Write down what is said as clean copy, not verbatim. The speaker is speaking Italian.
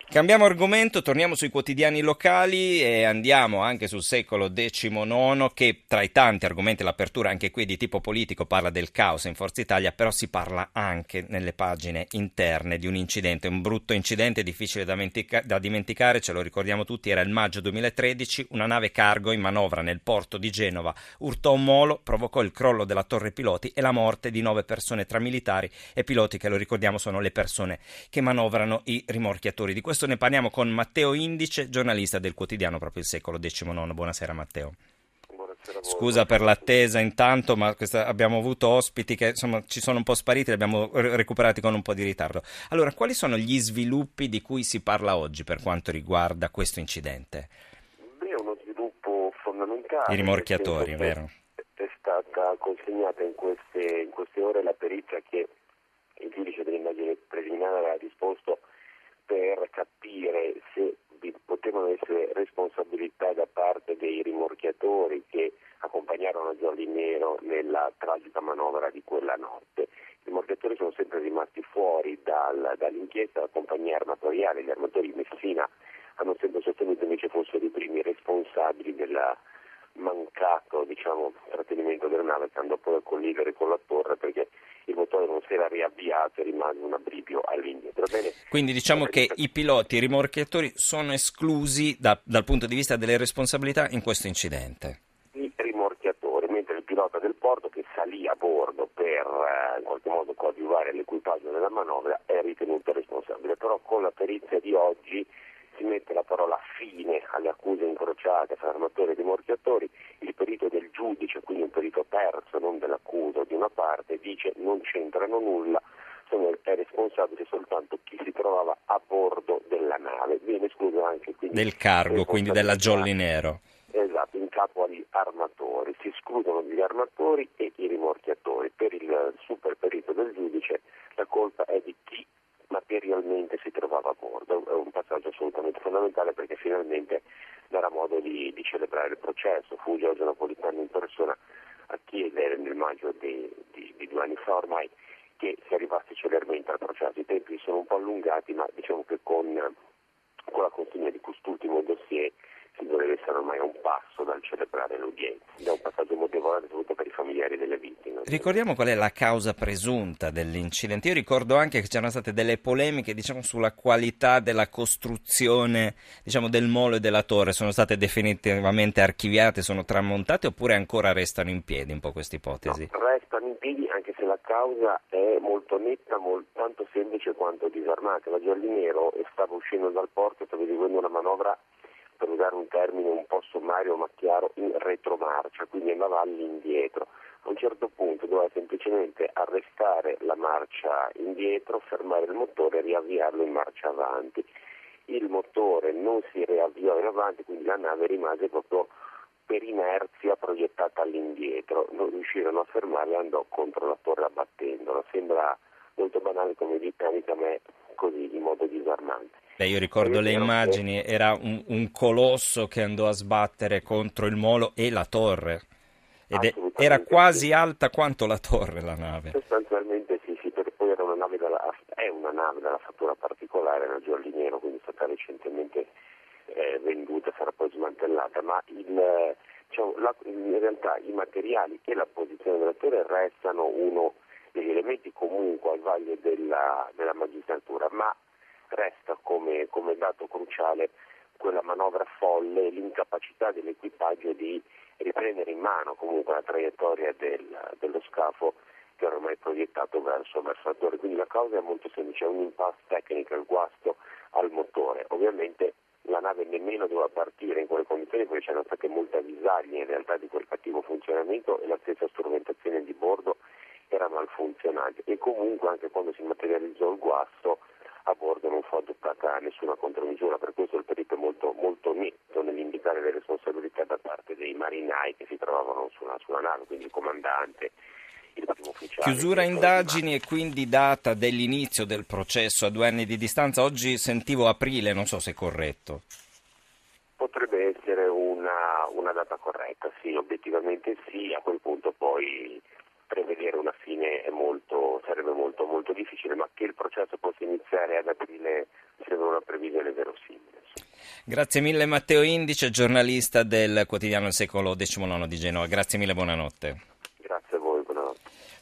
Cambiamo argomento, torniamo sui quotidiani locali e andiamo anche sul secolo XIX che tra i tanti argomenti, l'apertura anche qui di tipo politico parla del caos in Forza Italia, però si parla anche nelle pagine interne di un incidente, un brutto incidente difficile da dimenticare, ce lo ricordiamo tutti, era il maggio 2013, una nave cargo in manovra nel porto di Genova urtò un molo, provocò il crollo della torre piloti e la morte di 9 persone tra militari e piloti che, lo ricordiamo, sono le persone che manovrano i rimorchiatori. Di questo ne parliamo con Matteo Indice, giornalista del quotidiano proprio il secolo XIX. Buonasera Matteo. Buonasera a voi. Scusa per l'attesa intanto, ma abbiamo avuto ospiti che insomma ci sono un po' spariti, li abbiamo recuperati con un po' di ritardo. Allora, quali sono gli sviluppi di cui si parla oggi per quanto riguarda questo incidente? Beh, è uno sviluppo I fondamentale, rimorchiatori, vero? è stata consegnata in queste ore la perizia che il giudice dell'indagine preliminare aveva disposto per capire se vi potevano essere responsabilità da parte dei rimorchiatori che accompagnarono Jolly Nero nella tragica manovra di quella notte. I rimorchiatori sono sempre rimasti fuori dall'inchiesta, la compagnia armatoriale, gli armatori di Messina hanno sempre sostenuto invece fossero i primi responsabili del mancato trattenimento della nave che andò poi a collidere con la torre perché il motore non si era riavviato e rimase un abbrivio all'indietro. Bene, Quindi diciamo che i piloti, i rimorchiatori sono esclusi dal punto di vista delle responsabilità in questo incidente. I rimorchiatori, mentre il pilota del porto che salì a bordo per in qualche modo coadiuvare l'equipaggio della manovra è ritenuto responsabile. Però con la perizia di oggi si mette la parola fine alle accuse incrociate fra armatori e rimorchiatori, il perito del giudice, quindi un perito terzo, non dell'accusa di una parte, dice non c'entrano nulla, è responsabile soltanto chi si trovava a bordo della nave, viene escluso anche quindi Del cargo, quindi della Jolly Nero. Esatto, in capo agli armatori, si escludono gli armatori e i rimorchiatori. Per il super perito del giudice la colpa è di chi materialmente si trovava a bordo. È un passaggio assolutamente fondamentale perché finalmente darà modo di celebrare il processo. Fu Giorgio Napolitano in persona a chiedere nel maggio di 2 anni fa ormai che si arrivasse celermente al processo. I tempi sono un po' allungati, ma diciamo che con la consegna di quest'ultimo dossier si dovrebbe essere ormai a un passo dal celebrare l'udienza. È un passaggio notevole soprattutto per i familiari delle vittime. Ricordiamo qual è la causa presunta dell'incidente. Io ricordo anche che c'erano state delle polemiche, sulla qualità della costruzione, del molo e della torre. Sono state definitivamente archiviate, sono tramontate oppure ancora restano in piedi un po' queste ipotesi? No, restano in piedi anche se la causa è molto netta, tanto semplice quanto disarmante. La Jolly Nero stava uscendo dal porto, stava eseguendo una manovra, per usare un termine un po' sommario ma chiaro, in retromarcia, quindi andava all'indietro. A un certo punto doveva semplicemente arrestare la marcia indietro, fermare il motore e riavviarlo in marcia avanti. Il motore non si riavviò in avanti, quindi la nave rimase proprio per inerzia proiettata all'indietro. Non riuscirono a fermarla e andò contro la torre abbattendola. Sembra molto banale come dite, anche a me così, in modo disarmante. Io ricordo le immagini, era un colosso che andò a sbattere contro il molo e la torre. Era quasi alta quanto la torre la nave. Sostanzialmente sì, perché poi era è una nave dalla fattura particolare, la Jolly Nero, quindi è stata recentemente venduta, sarà poi smantellata, ma in realtà i materiali e la posizione della torre restano uno degli elementi comunque al vaglio della magistratura, ma resta come dato cruciale quella manovra folle, l'incapacità dell'equipaggio di riprendere in mano comunque la traiettoria dello scafo che era ormai proiettato verso la torre. Quindi la causa è molto semplice, è un impasse tecnico, il guasto al motore. Ovviamente la nave nemmeno doveva partire in quelle condizioni perché c'erano state molte avvisaglie in realtà di quel cattivo funzionamento e la stessa strumentazione di bordo era malfunzionante e comunque anche quando si materializzò il guasto a bordo non fu adottata nessuna contromisura, per questo il perito è molto, molto netto nell'indicare le responsabilità da parte dei marinai che si trovavano sulla nave, quindi il comandante, il primo ufficiale. Chiusura indagini e quindi data dell'inizio del processo a 2 anni di distanza. Oggi sentivo aprile, non so se è corretto. Potrebbe essere una data corretta, sì, obiettivamente sì, a quel punto poi prevedere una fine sarebbe molto molto difficile, ma che il processo possa iniziare ad aprile sembra una previsione verosimile. Grazie mille Matteo Indice, giornalista del quotidiano Il Secolo XIX di Genova. Grazie mille, buonanotte.